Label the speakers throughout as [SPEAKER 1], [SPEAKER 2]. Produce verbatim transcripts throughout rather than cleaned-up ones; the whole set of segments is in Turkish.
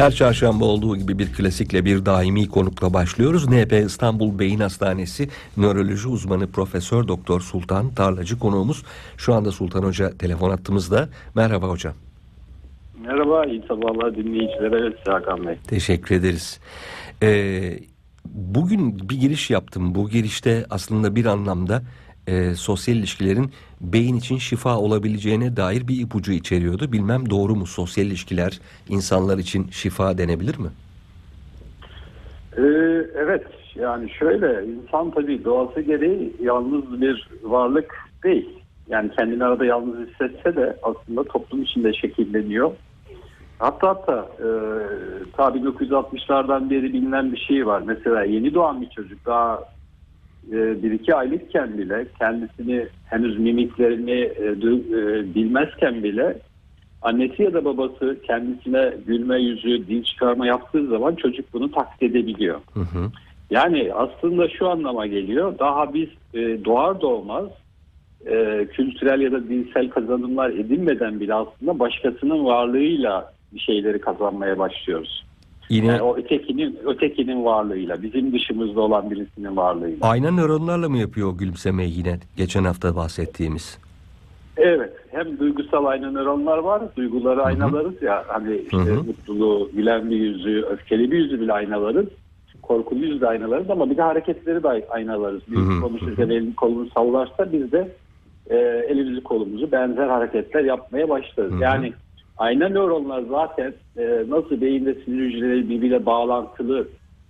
[SPEAKER 1] Her çarşamba olduğu gibi bir klasikle, bir daimi konukla başlıyoruz. N P İstanbul Beyin Hastanesi Nöroloji Uzmanı Profesör Doktor Sultan Tarlacı konuğumuz. Şu anda Sultan Hoca telefon hattımızda. Merhaba hocam.
[SPEAKER 2] Merhaba, iyi sabahlar dinleyicilere. Hakan Bey.
[SPEAKER 1] Teşekkür ederiz. Ee, bugün bir giriş yaptım. Bu girişte aslında bir anlamda e, sosyal ilişkilerin beyin için şifa olabileceğine dair bir ipucu içeriyordu. Bilmem doğru mu? Sosyal ilişkiler insanlar için şifa denebilir mi?
[SPEAKER 2] Ee, evet, yani şöyle, insan tabii doğası gereği yalnız bir varlık değil. Yani kendini arada yalnız hissetse de aslında toplum içinde şekilleniyor. Hatta hatta e, ta bin dokuz yüz altmışlardan beri bilinen bir şey var. Mesela yeni doğan bir çocuk daha e, bir iki aylıkken bile kendisini henüz mimiklerini e, e, bilmezken bile annesi ya da babası kendisine gülme yüzü, dil çıkarma yaptığı zaman çocuk bunu taklit edebiliyor. Hı hı. Yani aslında şu anlama geliyor. Daha biz e, doğar doğmaz e, kültürel ya da dinsel kazanımlar edinmeden bile aslında başkasının varlığıyla bir şeyleri kazanmaya başlıyoruz. Yine yani o ötekinin ötekinin varlığıyla, bizim dışımızda olan birisinin varlığıyla.
[SPEAKER 1] Ayna nöronlarla mı yapıyor o gülümsemeyi yine geçen hafta bahsettiğimiz?
[SPEAKER 2] Evet, hem duygusal ayna nöronlar var, duyguları hı hı. aynalarız ya, hani işte hı hı. mutluluğu, gülen bir yüzü, öfkeli bir yüzü bile aynalarız, korkulu yüzü de aynalarız ama bir de hareketleri de aynalarız. Bir konuşurken elini kolunu sallarsa biz de e, elimizi kolumuzu benzer hareketler yapmaya başlarız. Hı hı. Yani ayna nöronlar zaten e, nasıl beyinde sinir hücreleri birbiriyle bağlantılı,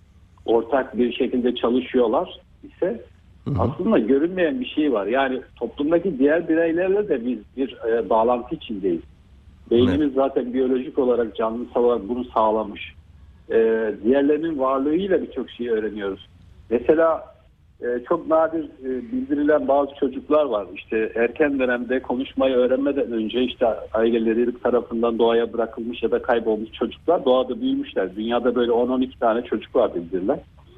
[SPEAKER 2] ortak bir şekilde çalışıyorlar ise hı hı. aslında görünmeyen bir şey var. Yani toplumdaki diğer bireylerle de biz bir e, bağlantı içindeyiz. Beynimiz evet. zaten biyolojik olarak, canlısal olarak bunu sağlamış. E, diğerlerinin varlığıyla birçok şeyi öğreniyoruz. Mesela e, çok nadir e, bildirilen bazı çocuklar var. İşte erken dönemde konuşmayı öğrenmeden önce işte aileleri tarafından doğaya bırakılmış ya da kaybolmuş çocuklar doğada büyümüşler. Dünyada böyle on on iki tane çocuk var bildirilen.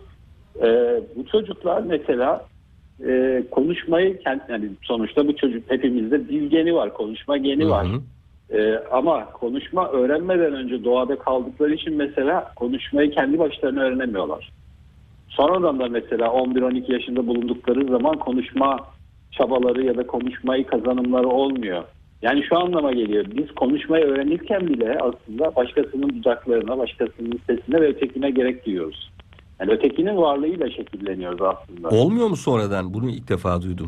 [SPEAKER 2] E, bu çocuklar mesela e, konuşmayı kendi, yani sonuçta bu çocuk hepimizde dil geni var, konuşma geni var. Hı hı. E, ama konuşma öğrenmeden önce doğada kaldıkları için mesela konuşmayı kendi başlarına öğrenemiyorlar. Sonradan da mesela on bir on iki yaşında bulundukları zaman konuşma çabaları ya da konuşmayı kazanımları olmuyor. Yani şu anlama geliyor. Biz konuşmayı öğrenirken bile aslında başkasının dudaklarına, başkasının sesine ve ötekine gerek duyuyoruz. Yani ötekinin varlığıyla şekilleniyoruz aslında.
[SPEAKER 1] Olmuyor mu sonradan? Bunu ilk defa duydum.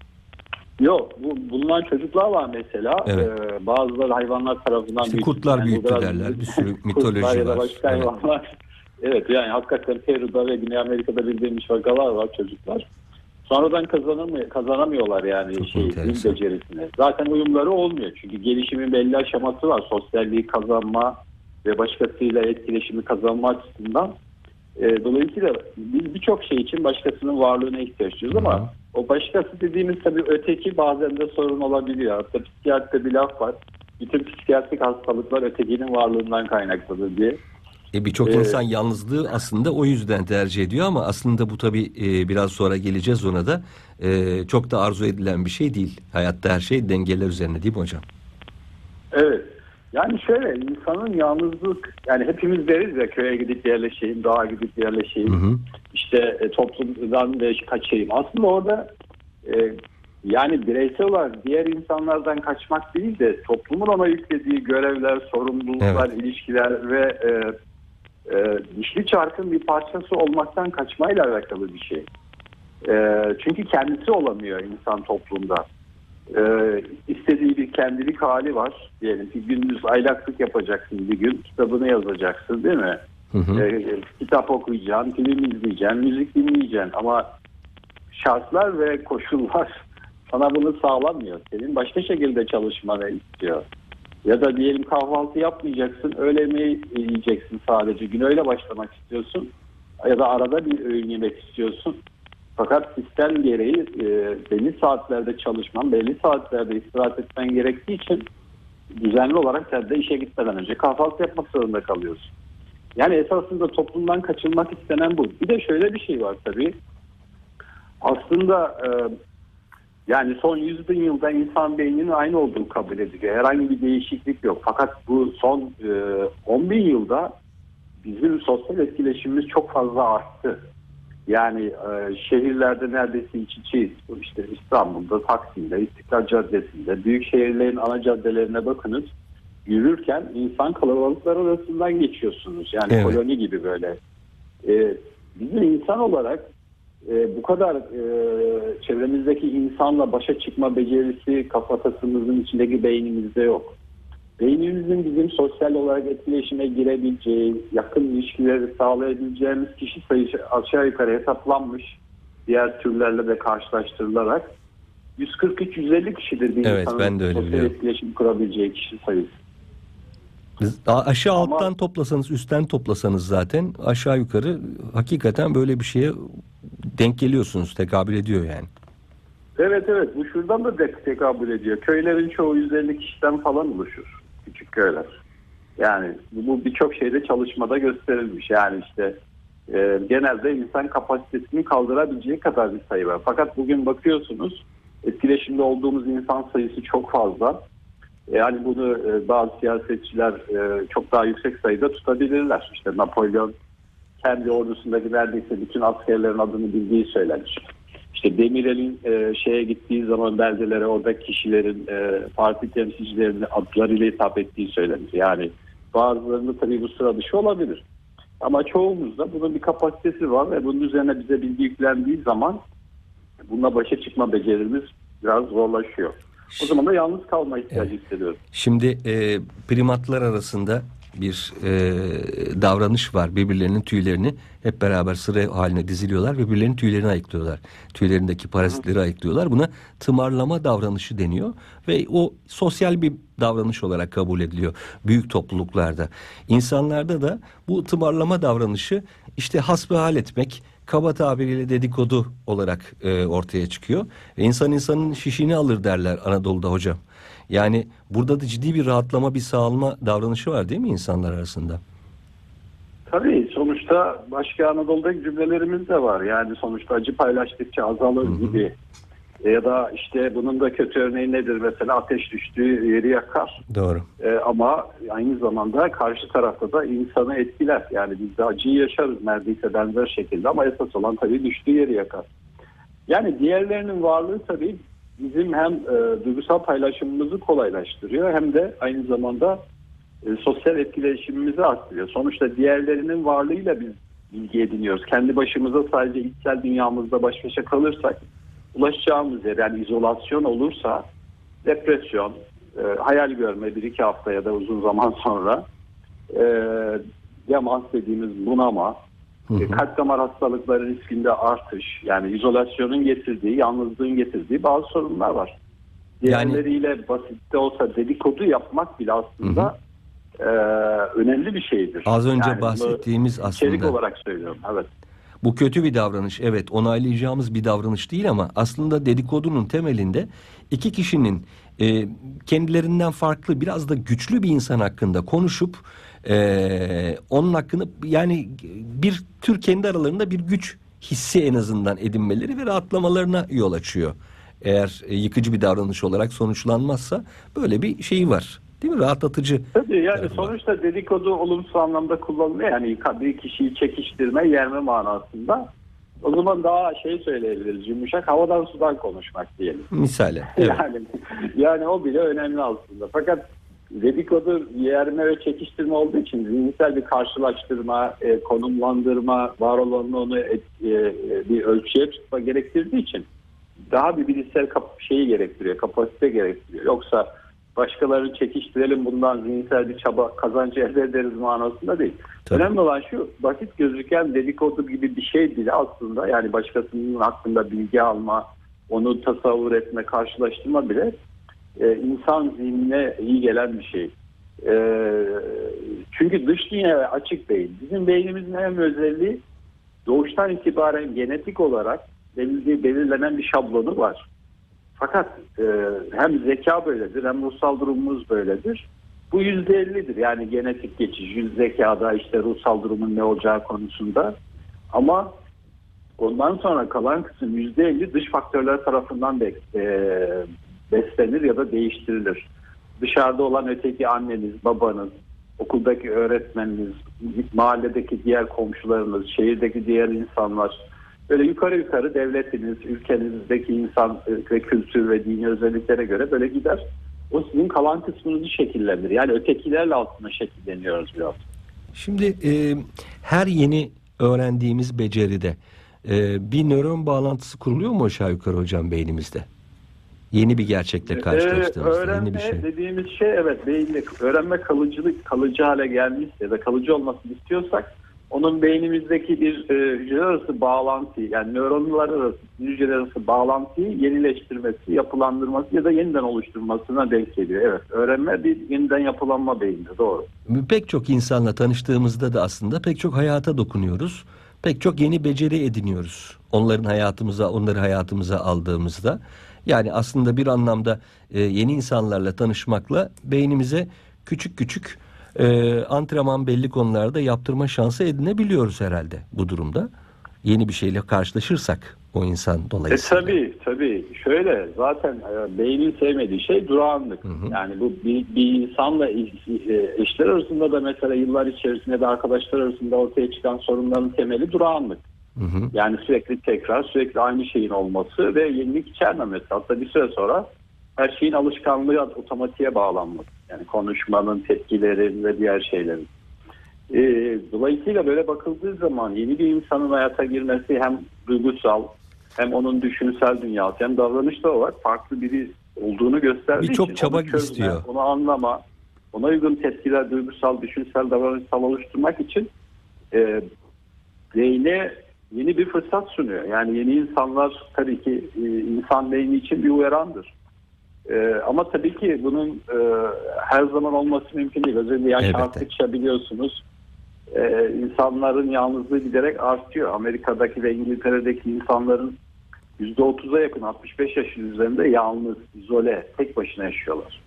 [SPEAKER 2] Yok. Bu, bulunan çocuklar var mesela. Evet. Ee, bazıları hayvanlar tarafından
[SPEAKER 1] İşte kurtlar yani büyüttü derler. Bir sürü mitoloji var.
[SPEAKER 2] Ya da başka evet. hayvanlar. Evet, yani hakikaten Peru'da ve Güney Amerika'da bildiğimiz vakalar var çocuklar. Sonradan kazanamıyor, kazanamıyorlar yani çok şey, dil becerisini. Zaten uyumları olmuyor. Çünkü gelişimin belli aşaması var. Sosyalliği kazanma ve başkasıyla etkileşimi kazanma açısından. E, dolayısıyla biz birçok şey için başkasının varlığına ihtiyaç duyuyoruz ama hı. o başkası dediğimiz tabii öteki bazen de sorun olabiliyor. Hatta psikiyatride bir laf var. Bütün psikiyatrik hastalıklar ötekinin varlığından kaynaklıdır diye.
[SPEAKER 1] E Birçok ee, insan yalnızlığı aslında o yüzden tercih ediyor ama aslında bu tabii e, biraz sonra geleceğiz ona da e, çok da arzu edilen bir şey değil. Hayatta her şey dengeler üzerine değil mi hocam?
[SPEAKER 2] Evet. Yani şöyle, insanın yalnızlık, yani hepimiz deriz ya, köye gidip yerleşeyim, dağa gidip yerleşeyim, hı hı. işte e, toplumdan da kaçayım. Aslında orada e, yani bireysel olarak diğer insanlardan kaçmak değil de toplumun ona yüklediği görevler, sorumluluklar, evet. ilişkiler ve e, e, dişli çarkın bir parçası olmaktan kaçmayla alakalı bir şey. E, çünkü kendisi olamıyor insan toplumda. Ee, istediği bir kendilik hali var. Diyelim ki gündüz aylaklık yapacaksın, bir gün kitabını yazacaksın değil mi? Hı hı. Ee, kitap okuyacaksın, film izleyeceksin, müzik dinleyeceksin ama şartlar ve koşullar sana bunu sağlamıyor. Senin başka şekilde çalışmanı istiyor. Ya da diyelim kahvaltı yapmayacaksın, öğle yemeği yiyeceksin sadece. Gün öyle başlamak istiyorsun. Ya da arada bir öğün yemek istiyorsun. Fakat sistem gereği e, belli saatlerde çalışman, belli saatlerde istirahat etmen gerektiği için düzenli olarak sen de işe gitmeden önce kahvaltı yapmak zorunda kalıyorsun. Yani esasında toplumdan kaçınmak istenen bu. Bir de şöyle bir şey var tabii. Aslında e, yani son yüz bin yılda insan beyninin aynı olduğu kabul ediliyor. Herhangi bir değişiklik yok. Fakat bu son e, on bin yılda bizim sosyal etkileşimimiz çok fazla arttı. Yani e, şehirlerde neredeyse iç içeyiz. İşte İstanbul'da, Taksim'de, İstiklal Caddesi'nde, büyük şehirlerin ana caddelerine bakınız. Yürürken insan kalabalıklar arasından geçiyorsunuz. Yani
[SPEAKER 1] evet.
[SPEAKER 2] koloni gibi böyle. E, bizim insan olarak e, bu kadar e, çevremizdeki insanla başa çıkma becerisi kafatasımızın içindeki beynimizde yok. Beynimizin bizim sosyal olarak etkileşime girebileceği, yakın ilişkileri sağlayabileceğimiz kişi sayısı aşağı yukarı hesaplanmış. Diğer türlerle de karşılaştırılarak yüz kırk üç yüz elli kişidir bir
[SPEAKER 1] evet,
[SPEAKER 2] insanın
[SPEAKER 1] ben de öyle
[SPEAKER 2] sosyal
[SPEAKER 1] biliyorum.
[SPEAKER 2] etkileşim kurabileceği kişi sayısı.
[SPEAKER 1] Aşağı
[SPEAKER 2] Ama,
[SPEAKER 1] alttan toplasanız, üstten toplasanız zaten aşağı yukarı hakikaten böyle bir şeye denk geliyorsunuz, tekabül ediyor yani.
[SPEAKER 2] Evet evet, bu şuradan da de tekabül ediyor. Köylerin çoğu yüz elli kişiden falan oluşur. Küçük köyler. Yani bu birçok şeyde çalışmada gösterilmiş. Yani işte e, genelde insan kapasitesini kaldırabileceği kadar bir sayı var. Fakat bugün bakıyorsunuz etkileşimde olduğumuz insan sayısı çok fazla. Yani bunu e, bazı siyasetçiler e, çok daha yüksek sayıda tutabilirler. İşte Napolyon kendi ordusundaki neredeyse bütün askerlerin adını bildiği söylenir. İşte Demirel'in e, şeye gittiği zaman beldelere oradaki kişilerin e, parti temsilcilerinin adlarıyla hitap ettiği söylenir. Yani bazılarında tabii bu sıra dışı olabilir. Ama çoğumuzda bunun bir kapasitesi var ve bunun üzerine bize bilgi yüklendiği zaman bununla başa çıkma becerimiz biraz zorlaşıyor. O zaman da yalnız kalma ihtiyacı evet. hissediyoruz.
[SPEAKER 1] Şimdi e, primatlar arasında bir e, davranış var. Birbirlerinin tüylerini hep beraber sıra haline diziliyorlar. Birbirlerinin tüylerini ayıklıyorlar. Tüylerindeki parazitleri ayıklıyorlar. Buna tımarlama davranışı deniyor. Ve o sosyal bir davranış olarak kabul ediliyor büyük topluluklarda. İnsanlarda da bu tımarlama davranışı işte hasbihal etmek, kaba tabiriyle dedikodu olarak e, ortaya çıkıyor. E, insan insanın şişini alır derler Anadolu'da hocam. Yani burada da ciddi bir rahatlama, bir sağlama davranışı var değil mi insanlar arasında?
[SPEAKER 2] Tabii sonuçta başka Anadolu'daki cümlelerimiz de var. Yani sonuçta acı paylaştıkça azalır Hı-hı. gibi. Ya da işte bunun da kötü örneği nedir? Mesela ateş düştüğü yeri yakar.
[SPEAKER 1] Doğru.
[SPEAKER 2] Ee, ama aynı zamanda karşı tarafta da insanı etkiler. Yani biz de acıyı yaşarız neredeyse benzer şekilde ama esas olan tabii düştüğü yeri yakar. Yani diğerlerinin varlığı tabii bizim hem e, duygusal paylaşımımızı kolaylaştırıyor hem de aynı zamanda e, sosyal etkileşimimizi arttırıyor. Sonuçta diğerlerinin varlığıyla biz bilgi ediniyoruz. Kendi başımıza sadece içsel dünyamızda baş başa kalırsak ulaşacağımız yer yani izolasyon olursa depresyon, e, hayal görme bir iki hafta ya da uzun zaman sonra e, demans dediğimiz bunama, Hı hı. kalp damar hastalıkları riskinde artış, yani izolasyonun getirdiği, yalnızlığın getirdiği bazı sorunlar var. Diğerleriyle yani, basit de olsa dedikodu yapmak bile aslında hı hı. E, önemli bir şeydir.
[SPEAKER 1] Az önce
[SPEAKER 2] yani
[SPEAKER 1] bahsettiğimiz aslında.
[SPEAKER 2] İçerik olarak söylüyorum, evet.
[SPEAKER 1] Bu kötü bir davranış, evet, onaylayacağımız bir davranış değil ama aslında dedikodunun temelinde iki kişinin e, kendilerinden farklı, biraz da güçlü bir insan hakkında konuşup e, onun hakkında yani bir tür kendi aralarında bir güç hissi en azından edinmeleri ve rahatlamalarına yol açıyor. Eğer e, yıkıcı bir davranış olarak sonuçlanmazsa böyle bir şey var. Değil mi? Rahatlatıcı.
[SPEAKER 2] Tabii yani sonuçta dedikodu olumsuz anlamda kullanılıyor. Yani bir kişiyi çekiştirme, yerme manasında. O zaman daha şey söyleyebiliriz. Yumuşak havadan sudan konuşmak diyelim.
[SPEAKER 1] Misale. Evet.
[SPEAKER 2] Yani, yani o bile önemli aslında. Fakat dedikodu yerme ve çekiştirme olduğu için zihinsel bir karşılaştırma, e, konumlandırma, var olanını onu et, e, bir ölçüye tutma gerektirdiği için daha bir bilişsel kap- şeyi gerektiriyor, kapasite gerektiriyor. Yoksa başkalarını çekiştirelim bundan zihinsel bir çaba kazancı elde ederiz manasında değil. Tabii. Önemli olan şu, basit gözüken dedikodu gibi bir şey bile aslında yani başkasının hakkında bilgi alma, onu tasavvur etme, karşılaştırma bile e, insan zihnine iyi gelen bir şey. E, çünkü dış dünyaya açık beyin. Bizim beynimizin en özelliği doğuştan itibaren genetik olarak belirli, belirlenen bir şablonu var. Fakat e, hem zeka böyledir hem ruhsal durumumuz böyledir. Bu yüzde ellidir yani genetik geçiş. Yüz zekada işte ruhsal durumun ne olacağı konusunda. Ama ondan sonra kalan kısım yüzde elli dış faktörler tarafından be, e, beslenir ya da değiştirilir. Dışarıda olan öteki anneniz, babanız, okuldaki öğretmeniniz, mahalledeki diğer komşularınız, şehirdeki diğer insanlar, böyle yukarı yukarı devletiniz, ülkenizdeki insan ve kültür ve dini özelliklere göre böyle gider. O sizin kalan kısmınızı şekillendirir. Yani ötekilerle aslında şekilleniyoruz biraz.
[SPEAKER 1] Şimdi e, her yeni öğrendiğimiz beceride e, bir nöron bağlantısı kuruluyor mu aşağı yukarı hocam beynimizde? Yeni bir gerçekle karşılaştığımızda
[SPEAKER 2] ee, öğrenme
[SPEAKER 1] yeni bir şey.
[SPEAKER 2] dediğimiz şey evet beyinde öğrenme kalıcılık kalıcı hale gelmişse ya da kalıcı olmasını istiyorsak onun beynimizdeki bir e, hücreler arası bağlantıyı yani nöronlar arası hücreler arası bağlantıyı yenileştirmesi, yapılandırması ya da yeniden oluşturmasına denk geliyor. Evet, öğrenme bir yeniden yapılanma beyinde, doğru.
[SPEAKER 1] Pek çok insanla tanıştığımızda da aslında pek çok hayata dokunuyoruz. Pek çok yeni beceri ediniyoruz. Onların hayatımıza, onları hayatımıza aldığımızda. Yani aslında bir anlamda e, yeni insanlarla tanışmakla beynimize küçük küçük e, antrenman belli konularda yaptırma şansı edinebiliyoruz herhalde bu durumda. Yeni bir şeyle karşılaşırsak o insan dolayısıyla.
[SPEAKER 2] E tabii tabii. Şöyle zaten e, beynin sevmediği şey durağanlık. Hı hı. Yani bu bir, bir insanla e, eşler arasında da mesela yıllar içerisinde de arkadaşlar arasında ortaya çıkan sorunların temeli durağanlık. Hı hı. Yani sürekli tekrar, sürekli aynı şeyin olması ve yenilik içermemesi. Hatta bir süre sonra her şeyin alışkanlığı otomatiğe bağlanması. Yani konuşmanın, tepkilerin ve diğer şeylerin. E, dolayısıyla böyle bakıldığı zaman yeni bir insanın hayata girmesi hem duygusal hem onun düşünsel dünyası hem davranışta olarak farklı biri olduğunu gösterdiği için
[SPEAKER 1] birçok çaba
[SPEAKER 2] onu çözme,
[SPEAKER 1] istiyor.
[SPEAKER 2] Onu anlama, ona uygun tepkiler, duygusal, düşünsel, davranışsal oluşturmak için e, beyne yeni bir fırsat sunuyor. Yani yeni insanlar tabii ki e, insan beyni için bir uyarandır. E, ama tabii ki bunun e, her zaman olması mümkün değil. Özellikle yaş
[SPEAKER 1] Elbette.
[SPEAKER 2] arttıkça biliyorsunuz e, insanların yalnızlığı giderek artıyor. Amerika'daki ve İngiltere'deki insanların yüzde otuza yakın altmış beş yaşın üzerinde yalnız, izole, tek başına yaşıyorlar.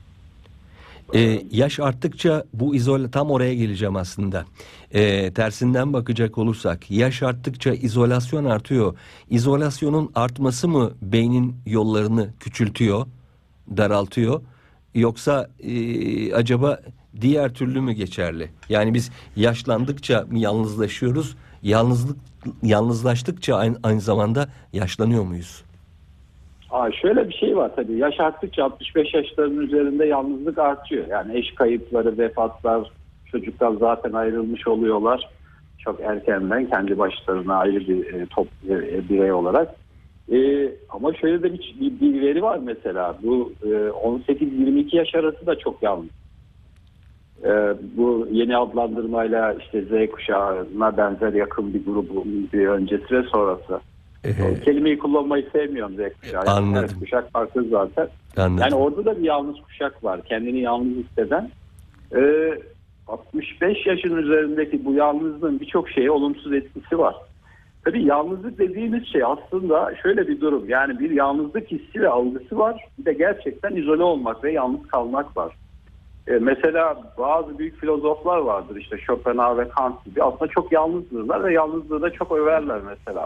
[SPEAKER 1] Ee, yaş arttıkça bu izole tam oraya geleceğim aslında. Ee, tersinden bakacak olursak yaş arttıkça izolasyon artıyor. İzolasyonun artması mı beynin yollarını küçültüyor, daraltıyor? Yoksa e, acaba diğer türlü mü geçerli? Yani biz yaşlandıkça mı yalnızlaşıyoruz? Yalnızlık yalnızlaştıkça aynı, aynı zamanda yaşlanıyor muyuz?
[SPEAKER 2] Aa, şöyle bir şey var tabii. Yaş arttıkça altmış beş yaşların üzerinde yalnızlık artıyor. Yani eş kayıpları, vefatlar, çocuklar zaten ayrılmış oluyorlar. Çok erkenden kendi başlarına ayrı bir e, top e, birey olarak. E, ama şöyle de bir, bir, bir veri var mesela. Bu e, on sekiz yirmi iki yaş arası da çok yalnız. E, bu yeni adlandırmayla işte Z kuşağına benzer yakın bir grubun bir öncesi ve sonrası. Ee, kelimeyi kullanmayı sevmiyorum Z kuşağı.
[SPEAKER 1] Anladım.
[SPEAKER 2] Evet, kuşak farklı zaten.
[SPEAKER 1] Anladım.
[SPEAKER 2] Yani orada da bir yalnız kuşak var. Kendini yalnız hisseden. Ee, altmış beş yaşın üzerindeki bu yalnızlığın birçok şeye olumsuz etkisi var. Tabii yalnızlık dediğimiz şey aslında şöyle bir durum. Yani bir yalnızlık hissi ve algısı var. Bir de gerçekten izole olmak ve yalnız kalmak var. Ee, mesela bazı büyük filozoflar vardır. İşte Schopenhauer ve Kant gibi. Aslında çok yalnızdırlar ve yalnızlığı da çok överler mesela.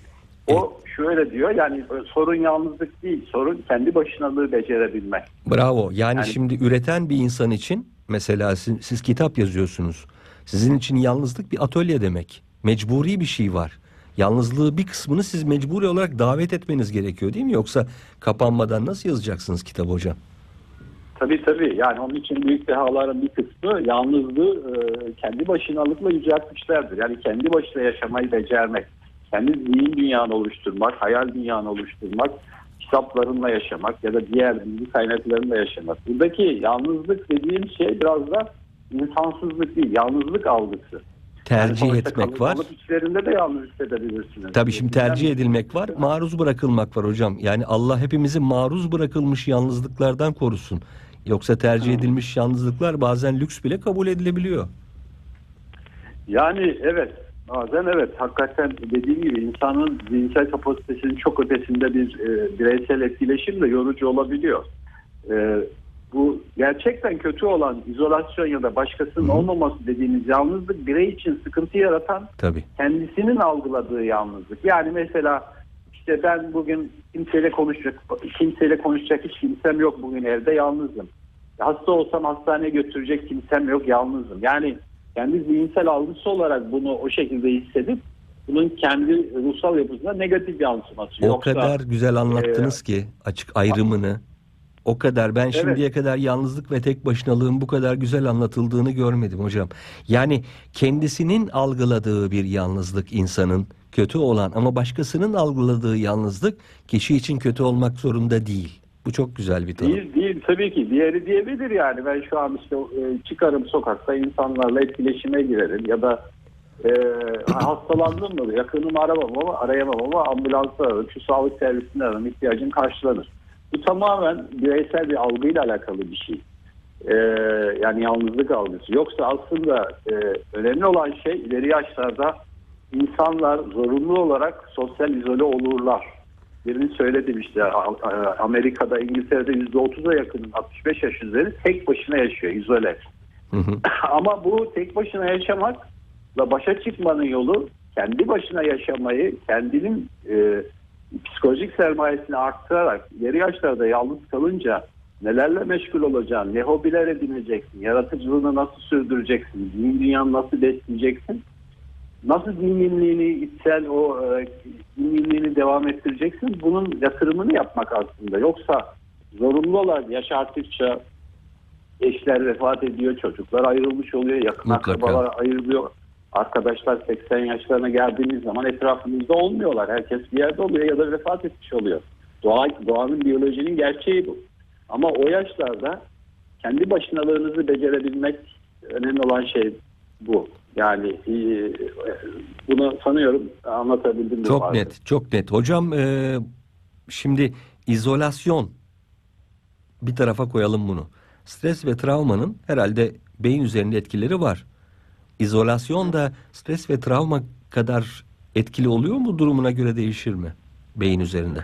[SPEAKER 2] O şöyle diyor, yani sorun yalnızlık değil, sorun kendi başınalığı becerebilmek.
[SPEAKER 1] Bravo. Yani,
[SPEAKER 2] Yani
[SPEAKER 1] şimdi üreten bir insan için mesela siz, siz kitap yazıyorsunuz. Sizin için yalnızlık bir atölye demek. Mecburi bir şey var. Yalnızlığı bir kısmını siz mecburi olarak davet etmeniz gerekiyor değil mi? Yoksa kapanmadan nasıl yazacaksınız kitap hocam?
[SPEAKER 2] Tabii tabii. Yani onun için büyük dehaların bir kısmı yalnızlığı e, kendi başınalıkla yüceltmişlerdir. Yani kendi başına yaşamayı becermek. Kendi zihin dünyanı oluşturmak, hayal dünyanı oluşturmak, kitaplarınla yaşamak ya da diğer bilgi kaynaklarınla yaşamak. Buradaki yalnızlık dediğim şey biraz da insansızlık değil, yalnızlık algısı.
[SPEAKER 1] Tercih
[SPEAKER 2] yani
[SPEAKER 1] etmek var.
[SPEAKER 2] içlerinde de yalnız hissedebilirsiniz.
[SPEAKER 1] Tabii şimdi tercih edilmek var, maruz bırakılmak var hocam. Yani Allah hepimizi maruz bırakılmış yalnızlıklardan korusun. Yoksa tercih edilmiş yalnızlıklar bazen lüks bile kabul edilebiliyor.
[SPEAKER 2] Yani evet. Bazen evet, hakikaten dediğim gibi insanın zihinsel kapasitesinin çok ötesinde bir e, bireysel etkileşim de yorucu olabiliyor. E, bu gerçekten kötü olan izolasyon ya da başkasının Hı-hı. olmaması dediğimiz yalnızlık birey için sıkıntı yaratan
[SPEAKER 1] Tabii.
[SPEAKER 2] kendisinin algıladığı yalnızlık. Yani mesela işte ben bugün kimseyle konuşacak, kimseyle konuşacak hiç kimsem yok, bugün evde yalnızım. Hasta olsam hastaneye götürecek kimsem yok, yalnızım. Yani kendi zihinsel algısı olarak bunu o şekilde hissedip bunun kendi ruhsal yapısında negatif yansıması.
[SPEAKER 1] O
[SPEAKER 2] Yoksa,
[SPEAKER 1] kadar güzel anlattınız
[SPEAKER 2] e,
[SPEAKER 1] ki açık ayrımını. O kadar ben
[SPEAKER 2] Evet.
[SPEAKER 1] şimdiye kadar yalnızlık ve tek başınalığın bu kadar güzel anlatıldığını görmedim hocam. Yani kendisinin algıladığı bir yalnızlık insanın kötü olan ama başkasının algıladığı yalnızlık kişi için kötü olmak zorunda değil. Bu çok güzel bir tanım.
[SPEAKER 2] Değil, değil tabii ki. Diğeri diyebilir yani. Ben şu an işte e, çıkarım sokakta insanlarla etkileşime girerim ya da e, hastalandım mı yakınımı aramam ama arayamam ama ambulansı ararım, şu sağlık servisini ararım, ihtiyacım karşılanır. Bu tamamen bireysel bir algıyla alakalı bir şey. E, yani yalnızlık algısı. Yoksa aslında e, önemli olan şey ileri yaşlarda insanlar zorunlu olarak sosyal izole olurlar. Birini söyledim işte Amerika'da, İngiltere'de yüzde otuza yakın altmış beş yaş üzeri tek başına yaşıyor, izole.
[SPEAKER 1] Hı hı.
[SPEAKER 2] Ama bu tek başına yaşamakla başa çıkmanın yolu kendi başına yaşamayı, kendinin e, psikolojik sermayesini arttırarak ileri yaşlarda yalnız kalınca nelerle meşgul olacaksın, ne hobiler edineceksin, yaratıcılığını nasıl sürdüreceksin, zihin dünyanı nasıl besleyeceksin, nasıl dinginliğini, içsel o e, dinginliğini devam ettireceksin, bunun yatırımını yapmak aslında. Yoksa zorunlu olarak yaş arttıkça eşler vefat ediyor, çocuklar ayrılmış oluyor, yakın
[SPEAKER 1] Mutlaka.
[SPEAKER 2] akrabalar ayrılıyor. Arkadaşlar seksen yaşlarına geldiğimiz zaman etrafımızda olmuyorlar. Herkes bir yerde oluyor ya da vefat etmiş oluyor. Doğa, doğanın, biyolojinin gerçeği bu. Ama o yaşlarda kendi başınalığınızı becerebilmek önemli olan şey bu. Yani e, bunu sanıyorum anlatabildim.
[SPEAKER 1] Çok
[SPEAKER 2] vardı.
[SPEAKER 1] net, çok net. Hocam e, şimdi izolasyon bir tarafa koyalım bunu. Stres ve travmanın herhalde beyin üzerinde etkileri var. İzolasyon da stres ve travma kadar etkili oluyor mu, durumuna göre değişir mi beyin üzerinde?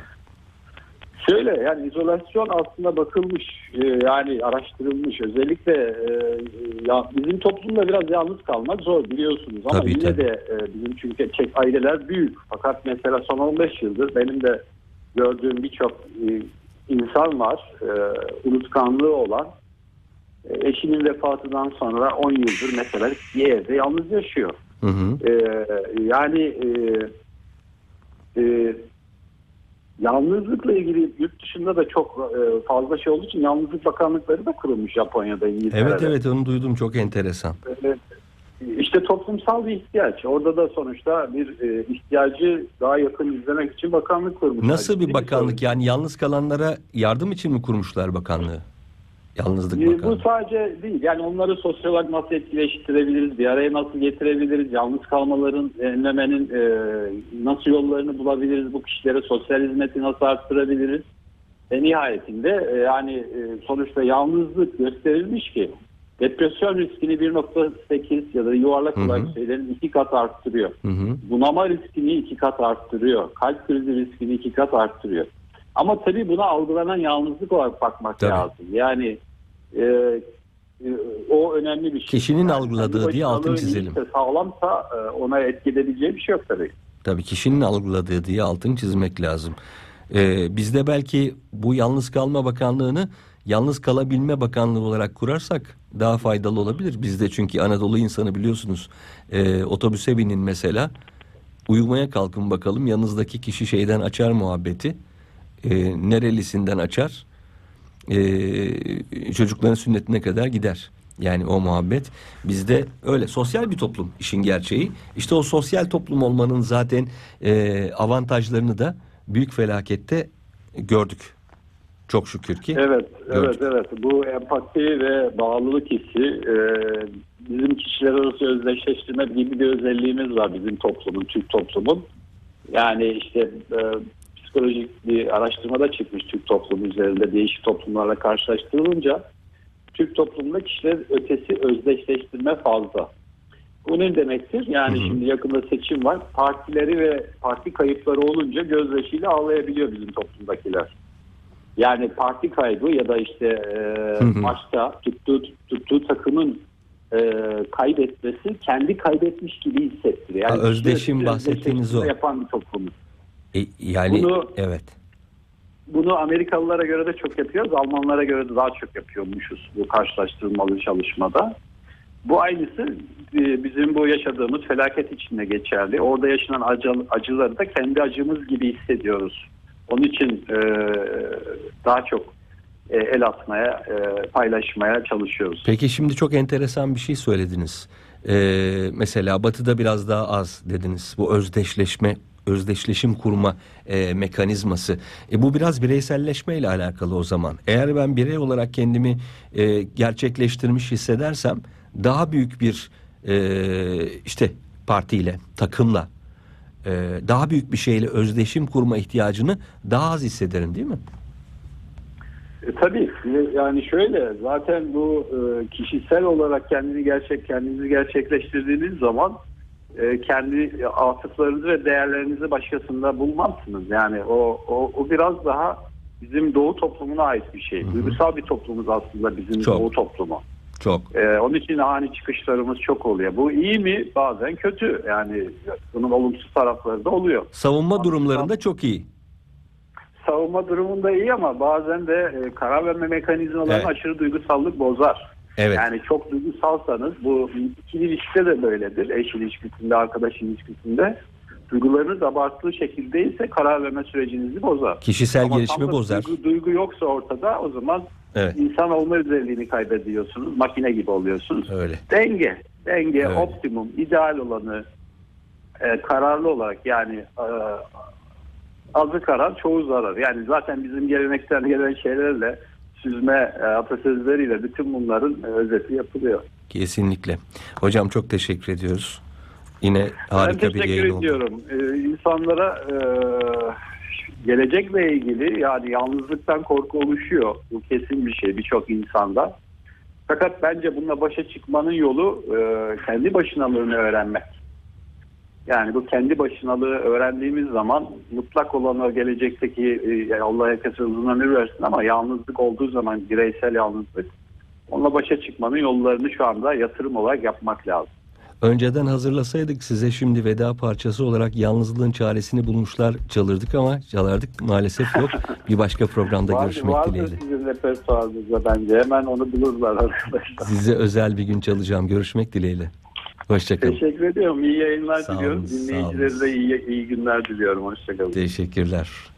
[SPEAKER 2] Şöyle yani izolasyon aslında bakılmış e, yani araştırılmış özellikle e, ya bizim toplumda biraz yalnız kalmak zor biliyorsunuz ama
[SPEAKER 1] Tabii,
[SPEAKER 2] yine
[SPEAKER 1] tabii.
[SPEAKER 2] de e, bizim çünkü çek aileler büyük fakat mesela son on beş yıldır benim de gördüğüm birçok e, insan var e, unutkanlığı olan e, eşinin vefatından sonra on yıldır mesela bir evde yalnız yaşıyor.
[SPEAKER 1] Hı hı.
[SPEAKER 2] E, yani e, e, yalnızlıkla ilgili yurt dışında da çok e, fazla şey olduğu için yalnızlık bakanlıkları da kurulmuş Japonya'da, İngiltere'de.
[SPEAKER 1] Evet evet onu duydum, çok enteresan.
[SPEAKER 2] E, İşte toplumsal bir ihtiyaç. Orada da sonuçta bir e, ihtiyacı daha yakın izlemek için bakanlık kurmuşlar.
[SPEAKER 1] Nasıl bir
[SPEAKER 2] Ciddi
[SPEAKER 1] bakanlık,
[SPEAKER 2] sorun.
[SPEAKER 1] yani yalnız kalanlara yardım için mi kurmuşlar bakanlığı? Yalnızlık
[SPEAKER 2] E, bu
[SPEAKER 1] bakanlığı.
[SPEAKER 2] sadece değil. Yani onları sosyal olarak nasıl etkileştirebiliriz, bir araya nasıl getirebiliriz, yalnız kalmaların önlemenin e, nasıl yollarını bulabiliriz, bu kişilere sosyal hizmeti nasıl arttırabiliriz? E, nihayetinde e, yani e, sonuçta yalnızlık gösterilmiş ki depresyon riskini bir nokta sekiz ya da yuvarlak
[SPEAKER 1] Hı hı.
[SPEAKER 2] olarak söyleyelim iki kat arttırıyor.
[SPEAKER 1] Hı hı.
[SPEAKER 2] Bunama riskini iki kat arttırıyor. Kalp krizi riskini iki kat arttırıyor. Ama tabii buna algılanan yalnızlık olarak bakmak
[SPEAKER 1] Tabii.
[SPEAKER 2] lazım. Yani e, e, o önemli bir şey.
[SPEAKER 1] Kişinin
[SPEAKER 2] Yani
[SPEAKER 1] algıladığı
[SPEAKER 2] kendi
[SPEAKER 1] diye altın
[SPEAKER 2] başarılı
[SPEAKER 1] çizelim.
[SPEAKER 2] iyiyse, sağlamsa e, ona etki edebileceği bir şey yok tabii.
[SPEAKER 1] Tabii kişinin algıladığı diye altın çizmek lazım. Ee, bizde belki bu yalnız kalma bakanlığını yalnız kalabilme bakanlığı olarak kurarsak daha faydalı olabilir. Bizde çünkü Anadolu insanı biliyorsunuz, e, otobüse binin mesela, uyumaya kalkın bakalım, yanınızdaki kişi şeyden açar muhabbeti, e, nerelisinden açar, e, çocukların sünnetine kadar gider. Yani o muhabbet bizde öyle. Sosyal bir toplum işin gerçeği. İşte o sosyal toplum olmanın zaten e, avantajlarını da büyük felakette gördük. Çok şükür ki.
[SPEAKER 2] Evet,
[SPEAKER 1] gördük.
[SPEAKER 2] evet, evet. Bu empati ve bağlılık hissi e, bizim kişiler arası özdeşleştirme gibi bir özelliğimiz var bizim toplumun, Türk toplumun. Yani işte e, psikolojik bir araştırmada çıkmış Türk toplumu üzerinde değişik toplumlarla karşılaştırılınca Türk toplumunda kişiler ötesi özdeşleştirme fazla. Bu ne demektir? Yani
[SPEAKER 1] Hı hı.
[SPEAKER 2] şimdi yakında seçim var. Partileri ve parti kayıpları olunca gözyaşıyla ağlayabiliyor bizim toplumdakiler. Yani parti kaybı ya da işte e,
[SPEAKER 1] Hı hı.
[SPEAKER 2] maçta tuttuğu, tuttuğu takımın e, kaybetmesi kendi kaybetmiş gibi hissettiriyor. Yani
[SPEAKER 1] Ha, özdeşim
[SPEAKER 2] kişiler
[SPEAKER 1] bahsettiğiniz
[SPEAKER 2] özdeşleştirme
[SPEAKER 1] o.
[SPEAKER 2] yapan bir toplumuz.
[SPEAKER 1] E, yani
[SPEAKER 2] Bunu-
[SPEAKER 1] evet.
[SPEAKER 2] bunu Amerikalılara göre de çok yapıyoruz. Almanlara göre de daha çok yapıyormuşuz bu karşılaştırmalı çalışmada. Bu aynısı bizim bu yaşadığımız felaket içinde geçerli. Orada yaşanan acı, acıları da kendi acımız gibi hissediyoruz. Onun için e, daha çok e, el atmaya, e, paylaşmaya çalışıyoruz.
[SPEAKER 1] Peki şimdi çok enteresan bir şey söylediniz. Ee, mesela Batı'da biraz daha az dediniz. Bu özdeşleşme, özdeşleşim kurma e, mekanizması. E, bu biraz bireyselleşmeyle alakalı o zaman. Eğer ben birey olarak kendimi e, gerçekleştirmiş hissedersem daha büyük bir e, işte partiyle, takımla, e, daha büyük bir şeyle özdeşim kurma ihtiyacını daha az hissederim, değil mi?
[SPEAKER 2] E, tabii yani şöyle, zaten bu e, kişisel olarak kendini gerçek kendinizi gerçekleştirdiğiniz zaman e, kendi atıflarınızı ve değerlerinizi başkasında bulmazsınız. Yani o, o o biraz daha bizim Doğu toplumuna ait bir şey. Hı hı. Duygusal bir toplumuz aslında bizim
[SPEAKER 1] çok,
[SPEAKER 2] Doğu toplumu.
[SPEAKER 1] Çok.
[SPEAKER 2] E, onun için ani çıkışlarımız çok oluyor. Bu iyi mi? Bazen kötü. Yani bunun olumsuz tarafları da oluyor.
[SPEAKER 1] Savunma
[SPEAKER 2] ama
[SPEAKER 1] durumlarında çok iyi.
[SPEAKER 2] Savunma durumunda iyi ama bazen de e, karar verme mekanizmalarının
[SPEAKER 1] Evet.
[SPEAKER 2] aşırı duygusallık bozar.
[SPEAKER 1] Evet.
[SPEAKER 2] Yani çok duygusalsanız, bu ikili ilişkide de böyledir. Eş ilişkisinde, arkadaş ilişkisinde duygularınız abartılı şekildeyse karar verme sürecinizi bozar.
[SPEAKER 1] Kişisel
[SPEAKER 2] ama
[SPEAKER 1] gelişimi bozar.
[SPEAKER 2] Duygu, duygu yoksa ortada, o zaman
[SPEAKER 1] Evet.
[SPEAKER 2] insan olma özelliğini kaybediyorsunuz. Makine gibi oluyorsunuz.
[SPEAKER 1] Öyle.
[SPEAKER 2] Denge, denge,
[SPEAKER 1] Evet.
[SPEAKER 2] optimum, ideal olanı e, kararlı olarak, yani e, azı karar, çoğu zarar. Yani zaten bizim gelenekten gelen şeylerle, süzme e, atasözleriyle bütün bunların e, özeti yapılıyor.
[SPEAKER 1] Kesinlikle. Hocam çok teşekkür ediyoruz. Yine harika
[SPEAKER 2] ben
[SPEAKER 1] bir
[SPEAKER 2] teşekkür
[SPEAKER 1] yayın oldu.
[SPEAKER 2] ediyorum. Ee, insanlara e, gelecekle ilgili, yani yalnızlıktan korku oluşuyor. Bu kesin bir şey birçok insanda. Fakat bence bununla başa çıkmanın yolu e, kendi başınalığını öğrenmek. Yani bu kendi başınalığı öğrendiğimiz zaman mutlak olan o gelecekteki e, Allah herkese uzun ömür versin, ama yalnızlık olduğu zaman, bireysel yalnızlık, onunla başa çıkmanın yollarını şu anda yatırım olarak yapmak lazım.
[SPEAKER 1] Önceden hazırlasaydık size şimdi veda parçası olarak Yalnızlığın Çaresini Bulmuşlar çalırdık ama çalardık maalesef yok. Bir başka programda
[SPEAKER 2] Var,
[SPEAKER 1] görüşmek
[SPEAKER 2] vardır
[SPEAKER 1] dileğiyle.
[SPEAKER 2] Sizin repertuarınızda bence. Hemen onu bulurlar arkadaşlar.
[SPEAKER 1] Size özel bir gün çalacağım. Görüşmek dileğiyle. Hoşçakalın.
[SPEAKER 2] Teşekkür ediyorum. İyi yayınlar
[SPEAKER 1] Sağ
[SPEAKER 2] diliyorum.
[SPEAKER 1] olun, sağ
[SPEAKER 2] Dinleyicilere
[SPEAKER 1] olun.
[SPEAKER 2] de iyi, iyi günler diliyorum. Hoşçakalın.
[SPEAKER 1] Teşekkürler.